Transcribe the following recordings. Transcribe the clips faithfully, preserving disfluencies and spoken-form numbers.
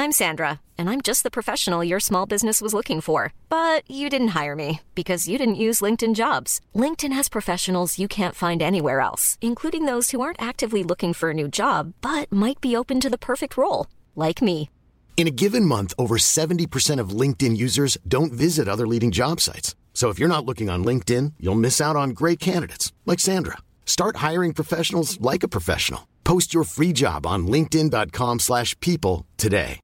I'm Sandra, and I'm just the professional your small business was looking for. But you didn't hire me because you didn't use LinkedIn Jobs. LinkedIn has professionals you can't find anywhere else, including those who aren't actively looking for a new job, but might be open to the perfect role, like me. In a given month, over seventy percent of LinkedIn users don't visit other leading job sites. So if you're not looking on LinkedIn, you'll miss out on great candidates like Sandra. Start hiring professionals like a professional. Post your free job on linkedin dot com slash people today.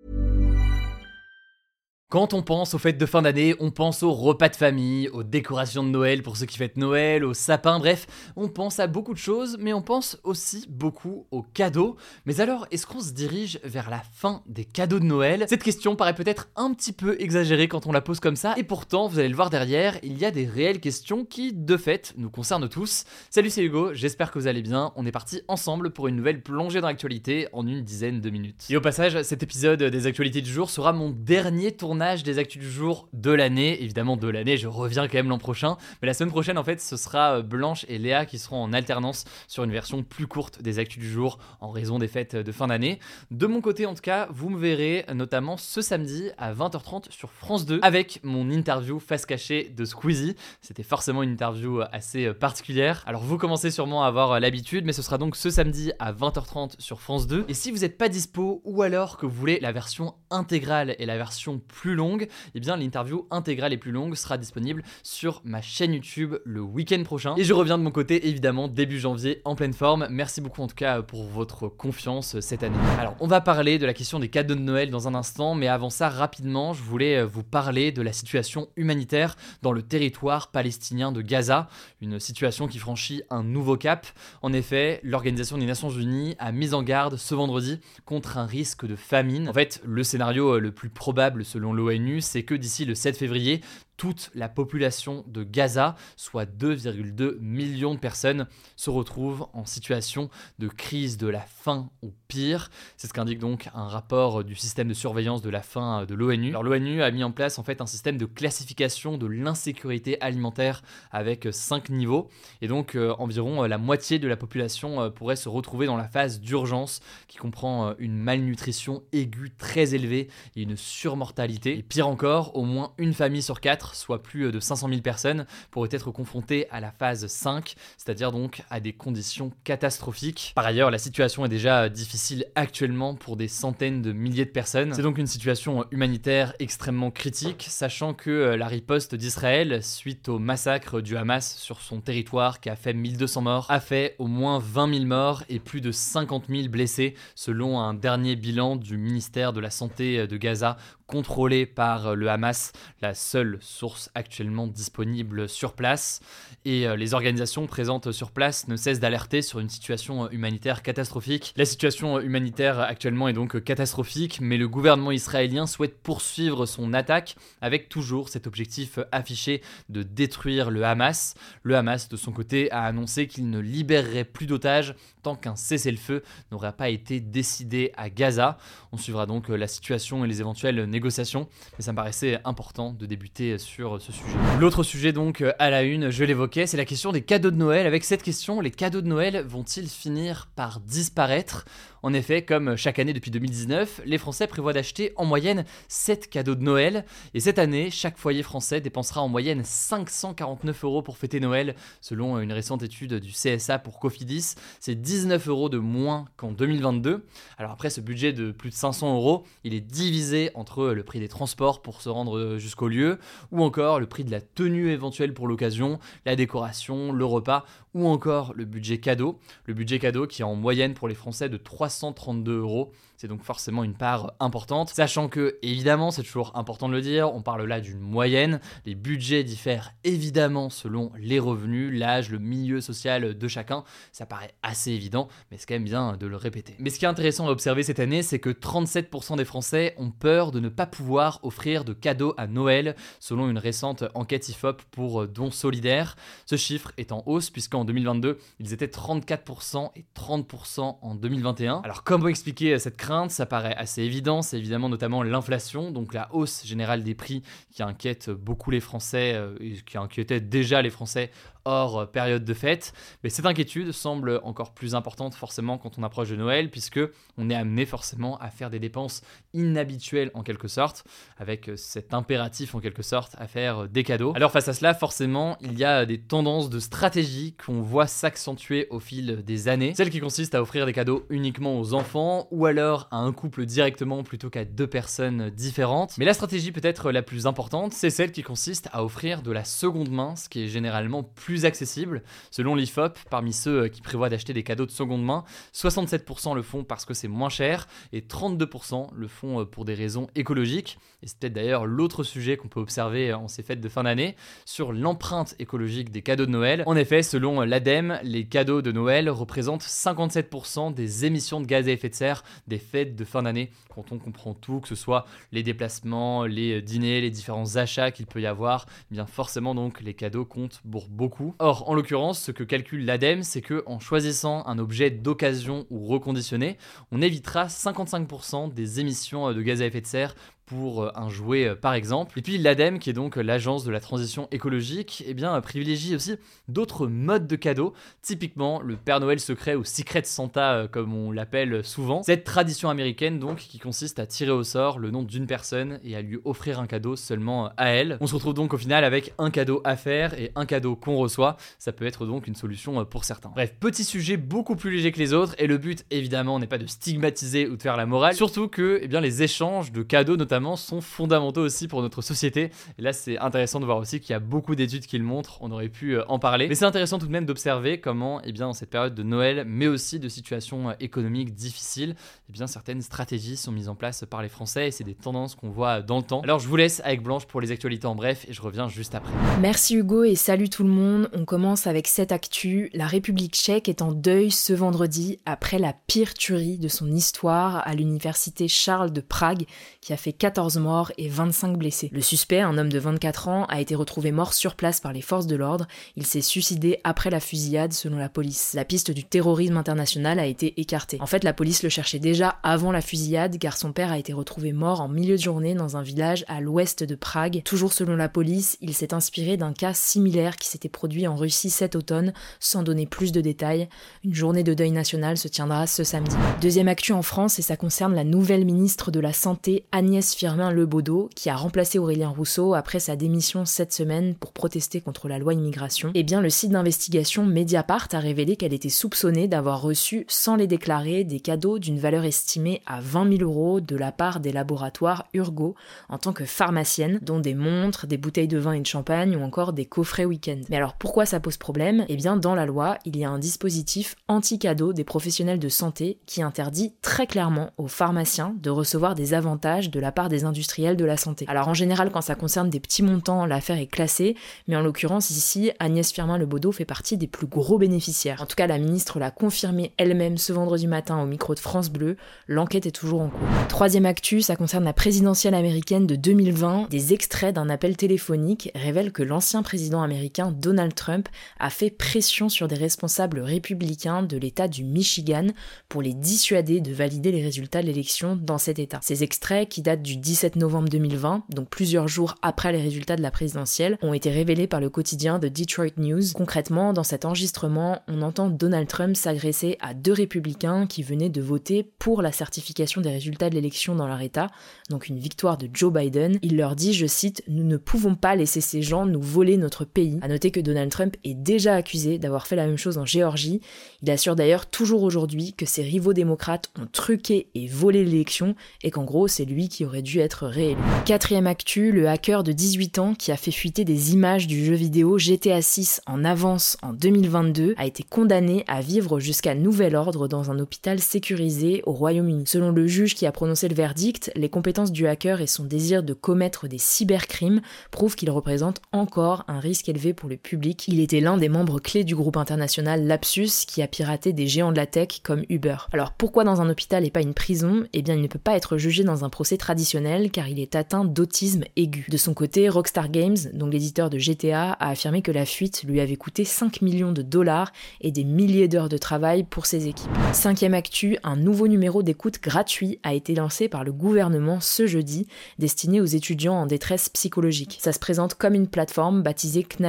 Quand on pense aux fêtes de fin d'année, on pense aux repas de famille, aux décorations de Noël pour ceux qui fêtent Noël, aux sapins, bref, on pense à beaucoup de choses, mais on pense aussi beaucoup aux cadeaux. Mais alors, est-ce qu'on se dirige vers la fin des cadeaux de Noël ? Cette question paraît peut-être un petit peu exagérée quand on la pose comme ça, et pourtant, vous allez le voir derrière, il y a des réelles questions qui, de fait, nous concernent tous. Salut, c'est Hugo, j'espère que vous allez bien. On est parti ensemble pour une nouvelle plongée dans l'actualité en une dizaine de minutes. Et au passage, cet épisode des actualités du jour sera mon dernier tournage des actus du jour de l'année, évidemment de l'année, je reviens quand même l'an prochain, mais la semaine prochaine en fait ce sera Blanche et Léa qui seront en alternance sur une version plus courte des actus du jour en raison des fêtes de fin d'année. De mon côté en tout cas, vous me verrez notamment ce samedi à vingt heures trente sur France deux avec mon interview face cachée de Squeezie. C'était forcément une interview assez particulière, alors vous commencez sûrement à avoir l'habitude, mais ce sera donc ce samedi à vingt heures trente sur France deux, et si vous n'êtes pas dispo ou alors que vous voulez la version intégrale et la version plus longue, et bien l'interview intégrale et plus longue sera disponible sur ma chaîne YouTube le week-end prochain. Et je reviens de mon côté évidemment début janvier en pleine forme. Merci beaucoup en tout cas pour votre confiance cette année. Alors on va parler de la question des cadeaux de Noël dans un instant, mais avant ça rapidement je voulais vous parler de la situation humanitaire dans le territoire palestinien de Gaza, une situation qui franchit un nouveau cap. En effet, l'Organisation des Nations Unies a mis en garde ce vendredi contre un risque de famine. En fait, le scénario le plus probable selon l'ONU, c'est que d'ici le sept février, toute la population de Gaza, soit deux virgule deux millions de personnes, se retrouve en situation de crise de la faim ou pire. C'est ce qu'indique donc un rapport du système de surveillance de la faim de l'ONU. Alors l'ONU a mis en place en fait un système de classification de l'insécurité alimentaire avec cinq niveaux, et donc euh, environ la moitié de la population euh, pourrait se retrouver dans la phase d'urgence qui comprend euh, une malnutrition aiguë très élevée et une surmortalité. Et pire encore, au moins une famille sur quatre, soit plus de cinq cent mille personnes, pourraient être confrontées à la phase cinq, c'est-à-dire donc à des conditions catastrophiques. Par ailleurs, la situation est déjà difficile actuellement pour des centaines de milliers de personnes. C'est donc une situation humanitaire extrêmement critique, sachant que la riposte d'Israël, suite au massacre du Hamas sur son territoire qui a fait mille deux cents morts, a fait au moins vingt mille morts et plus de cinquante mille blessés, selon un dernier bilan du ministère de la Santé de Gaza, contrôlé par le Hamas, la seule source actuellement disponible sur place. Et les organisations présentes sur place ne cessent d'alerter sur une situation humanitaire catastrophique. La situation humanitaire actuellement est donc catastrophique, mais le gouvernement israélien souhaite poursuivre son attaque avec toujours cet objectif affiché de détruire le Hamas. Le Hamas, de son côté, a annoncé qu'il ne libérerait plus d'otages tant qu'un cessez-le-feu n'aurait pas été décidé à Gaza. On suivra donc la situation et les éventuelles négociations, mais ça me paraissait important de débuter sur ce sujet. L'autre sujet donc à la une, je l'évoquais, c'est la question des cadeaux de Noël. Avec cette question, les cadeaux de Noël vont-ils finir par disparaître ? En effet, comme chaque année depuis deux mille dix-neuf, les Français prévoient d'acheter en moyenne sept cadeaux de Noël. Et cette année, chaque foyer français dépensera en moyenne cinq cent quarante-neuf euros pour fêter Noël, selon une récente étude du C S A pour Cofidis. C'est dix-neuf euros de moins qu'en deux mille vingt-deux. Alors après, ce budget de plus de cinq cents euros, il est divisé entre le prix des transports pour se rendre jusqu'au lieu, ou encore le prix de la tenue éventuelle pour l'occasion, la décoration, le repas, ou encore le budget cadeau. Le budget cadeau qui est en moyenne pour les Français de trois cent trente-deux euros. C'est donc forcément une part importante, sachant que, évidemment, c'est toujours important de le dire, on parle là d'une moyenne, les budgets diffèrent évidemment selon les revenus, l'âge, le milieu social de chacun, ça paraît assez évident, mais c'est quand même bien de le répéter. Mais ce qui est intéressant à observer cette année, c'est que trente-sept pour cent des Français ont peur de ne pas pouvoir offrir de cadeaux à Noël, selon une récente enquête I F O P pour Dons Solidaires. Ce chiffre est en hausse, puisqu'en deux mille vingt-deux, ils étaient trente-quatre pour cent et trente pour cent en deux mille vingt et un. Alors comment expliquer cette crainte ? Ça paraît assez évident, c'est évidemment notamment l'inflation, donc la hausse générale des prix qui inquiète beaucoup les Français, euh, et qui inquiétait déjà les Français hors période de fête. Mais cette inquiétude semble encore plus importante forcément quand on approche de Noël, puisque on est amené forcément à faire des dépenses inhabituelles en quelque sorte, avec cet impératif en quelque sorte à faire des cadeaux. Alors face à cela, forcément, il y a des tendances de stratégie qu'on voit s'accentuer au fil des années. Celle qui consiste à offrir des cadeaux uniquement aux enfants, ou alors à un couple directement plutôt qu'à deux personnes différentes. Mais la stratégie peut-être la plus importante, c'est celle qui consiste à offrir de la seconde main, ce qui est généralement plus accessible. Selon l'I F O P, parmi ceux qui prévoient d'acheter des cadeaux de seconde main, soixante-sept pour cent le font parce que c'est moins cher et trente-deux pour cent le font pour des raisons écologiques. Et c'est peut-être d'ailleurs l'autre sujet qu'on peut observer en ces fêtes de fin d'année, sur l'empreinte écologique des cadeaux de Noël. En effet, selon l'ADEME, les cadeaux de Noël représentent cinquante-sept pour cent des émissions de gaz à effet de serre des fêtes de fin d'année. Quand on comprend tout, que ce soit les déplacements, les dîners, les différents achats qu'il peut y avoir, eh bien forcément donc les cadeaux comptent pour beaucoup. Or, en l'occurrence, ce que calcule l'ADEME, c'est qu'en choisissant un objet d'occasion ou reconditionné, on évitera cinquante-cinq pour cent des émissions de gaz à effet de serre pour un jouet par exemple. Et puis l'ADEME, qui est donc l'agence de la transition écologique, eh bien, privilégie aussi d'autres modes de cadeaux, typiquement le Père Noël secret ou Secret Santa comme on l'appelle souvent. Cette tradition américaine donc qui consiste à tirer au sort le nom d'une personne et à lui offrir un cadeau seulement à elle. On se retrouve donc au final avec un cadeau à faire et un cadeau qu'on reçoit. Ça peut être donc une solution pour certains. Bref, petit sujet beaucoup plus léger que les autres, et le but évidemment n'est pas de stigmatiser ou de faire la morale, surtout que eh bien, les échanges de cadeaux notamment sont fondamentaux aussi pour notre société. Et là, c'est intéressant de voir aussi qu'il y a beaucoup d'études qui le montrent. On aurait pu en parler. Mais c'est intéressant tout de même d'observer comment, eh bien, en cette période de Noël, mais aussi de situations économiques difficiles, eh bien, certaines stratégies sont mises en place par les Français et c'est des tendances qu'on voit dans le temps. Alors, je vous laisse avec Blanche pour les actualités en bref et je reviens juste après. Merci Hugo et salut tout le monde. On commence avec cette actu. La République tchèque est en deuil ce vendredi après la pire tuerie de son histoire à l'université Charles de Prague qui a fait quatorze morts et vingt-cinq blessés. Le suspect, un homme de vingt-quatre ans, a été retrouvé mort sur place par les forces de l'ordre. Il s'est suicidé après la fusillade selon la police. La piste du terrorisme international a été écartée. En fait, la police le cherchait déjà avant la fusillade car son père a été retrouvé mort en milieu de journée dans un village à l'ouest de Prague. Toujours selon la police, il s'est inspiré d'un cas similaire qui s'était produit en Russie cet automne, sans donner plus de détails. Une journée de deuil national se tiendra ce samedi. Deuxième actu en France et ça concerne la nouvelle ministre de la Santé, Agnès Firmin-Lebaudot, qui a remplacé Aurélien Rousseau après sa démission cette semaine pour protester contre la loi immigration. Eh bien, le site d'investigation Mediapart a révélé qu'elle était soupçonnée d'avoir reçu, sans les déclarer, des cadeaux d'une valeur estimée à vingt mille euros de la part des laboratoires Urgo en tant que pharmacienne, dont des montres, des bouteilles de vin et de champagne ou encore des coffrets week-end. Mais alors pourquoi ça pose problème ? Eh bien, dans la loi, il y a un dispositif anti-cadeau des professionnels de santé qui interdit très clairement aux pharmaciens de recevoir des avantages de la part des industriels de la santé. Alors en général, quand ça concerne des petits montants, l'affaire est classée, mais en l'occurrence ici, Agnès Firmin-Lebaudot fait partie des plus gros bénéficiaires. En tout cas, la ministre l'a confirmé elle-même ce vendredi matin au micro de France Bleu, l'enquête est toujours en cours. Troisième actu, ça concerne la présidentielle américaine de deux mille vingt. Des extraits d'un appel téléphonique révèlent que l'ancien président américain Donald Trump a fait pression sur des responsables républicains de l'État du Michigan pour les dissuader de valider les résultats de l'élection dans cet État. Ces extraits, qui datent du dix-sept novembre deux mille vingt, donc plusieurs jours après les résultats de la présidentielle, ont été révélés par le quotidien The Detroit News. Concrètement, dans cet enregistrement, on entend Donald Trump s'agresser à deux républicains qui venaient de voter pour la certification des résultats de l'élection dans leur État, donc une victoire de Joe Biden. Il leur dit, je cite, « Nous ne pouvons pas laisser ces gens nous voler notre pays ». À noter que Donald Trump est déjà accusé d'avoir fait la même chose en Géorgie. Il assure d'ailleurs toujours aujourd'hui que ses rivaux démocrates ont truqué et volé l'élection et qu'en gros, c'est lui qui aurait dû être réélu. Quatrième actu, le hacker de dix-huit ans qui a fait fuiter des images du jeu vidéo G T A six en avance en deux mille vingt-deux a été condamné à vivre jusqu'à nouvel ordre dans un hôpital sécurisé au Royaume-Uni. Selon le juge qui a prononcé le verdict, les compétences du hacker et son désir de commettre des cybercrimes prouvent qu'il représente encore un risque élevé pour le public. Il était l'un des membres clés du groupe international Lapsus qui a piraté des géants de la tech comme Uber. Alors pourquoi dans un hôpital et pas une prison ? Eh bien il ne peut pas être jugé dans un procès traditionnel car il est atteint d'autisme aigu. De son côté, Rockstar Games, donc l'éditeur de G T A, a affirmé que la fuite lui avait coûté cinq millions de dollars et des milliers d'heures de travail pour ses équipes. Cinquième actu, un nouveau numéro d'écoute gratuit a été lancé par le gouvernement ce jeudi, destiné aux étudiants en détresse psychologique. Ça se présente comme une plateforme baptisée C N A E,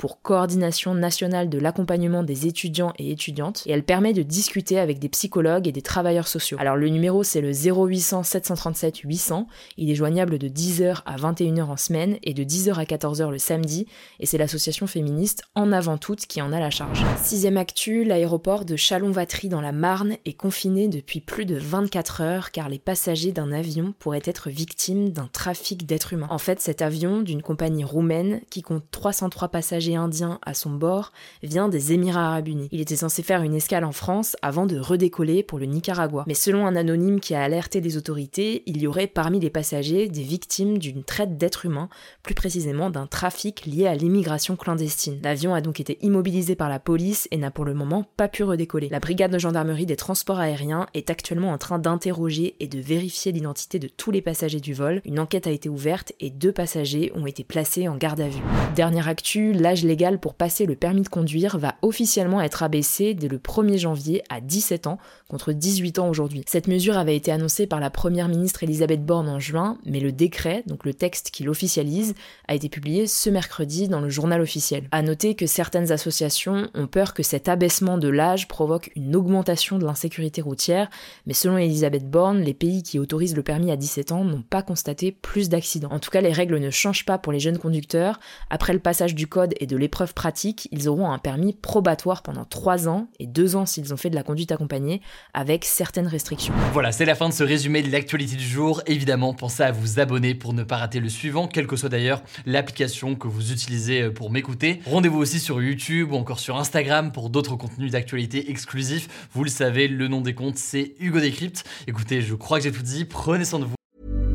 pour Coordination nationale de l'accompagnement des étudiants et étudiantes, et elle permet de discuter avec des psychologues et des travailleurs sociaux. Alors le numéro c'est le zéro huit cents sept cent trente-sept huit cents, il est joignable de dix heures à vingt et une heures en semaine et de dix heures à quatorze heures le samedi, et c'est l'association féministe En Avant Toutes qui en a la charge. Sixième actu, l'aéroport de Châlons-Vatry dans la Marne est confiné depuis plus de vingt-quatre heures car les passagers d'un avion pourraient être victimes d'un trafic d'êtres humains. En fait, cet avion d'une compagnie roumaine qui compte trois cent trois passagers indiens à son bord vient des Émirats Arabes Unis. Il était censé faire une escale en France avant de redécoller pour le Nicaragua. Mais selon un anonyme qui a alerté les autorités, il y aurait parmi les passagers des victimes d'une traite d'êtres humains, plus précisément d'un trafic lié à l'immigration clandestine. L'avion a donc été immobilisé par la police et n'a pour le moment pas pu redécoller. La brigade de gendarmerie des transports aériens est actuellement en train d'interroger et de vérifier l'identité de tous les passagers du vol. Une enquête a été ouverte et deux passagers ont été placés en garde à vue. Dernière actu, l'âge légal pour passer le permis de conduire va officiellement être abaissé dès le premier janvier à dix-sept ans, contre dix-huit ans aujourd'hui. Cette mesure avait été annoncée par la première ministre Elisabeth Borne en juin, mais le décret, donc le texte qui l'officialise, a été publié ce mercredi dans le journal officiel. À noter que certaines associations ont peur que cet abaissement de l'âge provoque une augmentation de l'insécurité routière, mais selon Elisabeth Borne, les pays qui autorisent le permis à dix-sept ans n'ont pas constaté plus d'accidents. En tout cas, les règles ne changent pas pour les jeunes conducteurs. Après le passage du code et de l'épreuve pratique, ils auront un permis probatoire pendant trois ans et deux ans s'ils ont fait de la conduite accompagnée, avec certaines restrictions. Voilà, c'est la fin de ce résumé de l'actualité du jour. Évidemment, pensez à vous abonner pour ne pas rater le suivant, quelle que soit d'ailleurs l'application que vous utilisez pour m'écouter. Rendez-vous aussi sur YouTube ou encore sur Instagram pour d'autres contenus d'actualité exclusifs. Vous le savez, le nom des comptes, c'est Hugo Décrypte. Écoutez, je crois que j'ai tout dit. Prenez soin de vous.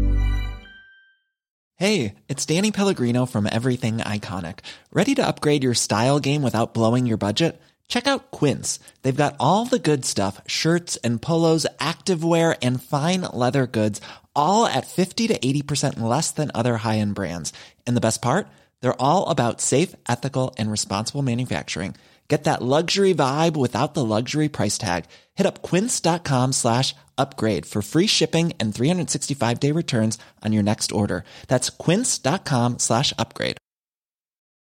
Hey, it's Danny Pellegrino from Everything Iconic. Ready to upgrade your style game without blowing your budget? Check out Quince. They've got all the good stuff, shirts and polos, activewear, and fine leather goods, all at fifty to eighty percent less than other high-end brands. And the best part? They're all about safe, ethical, and responsible manufacturing. Get that luxury vibe without the luxury price tag. Hit up quince.com slash upgrade for free shipping and three sixty-five day returns on your next order. That's quince.com slash upgrade.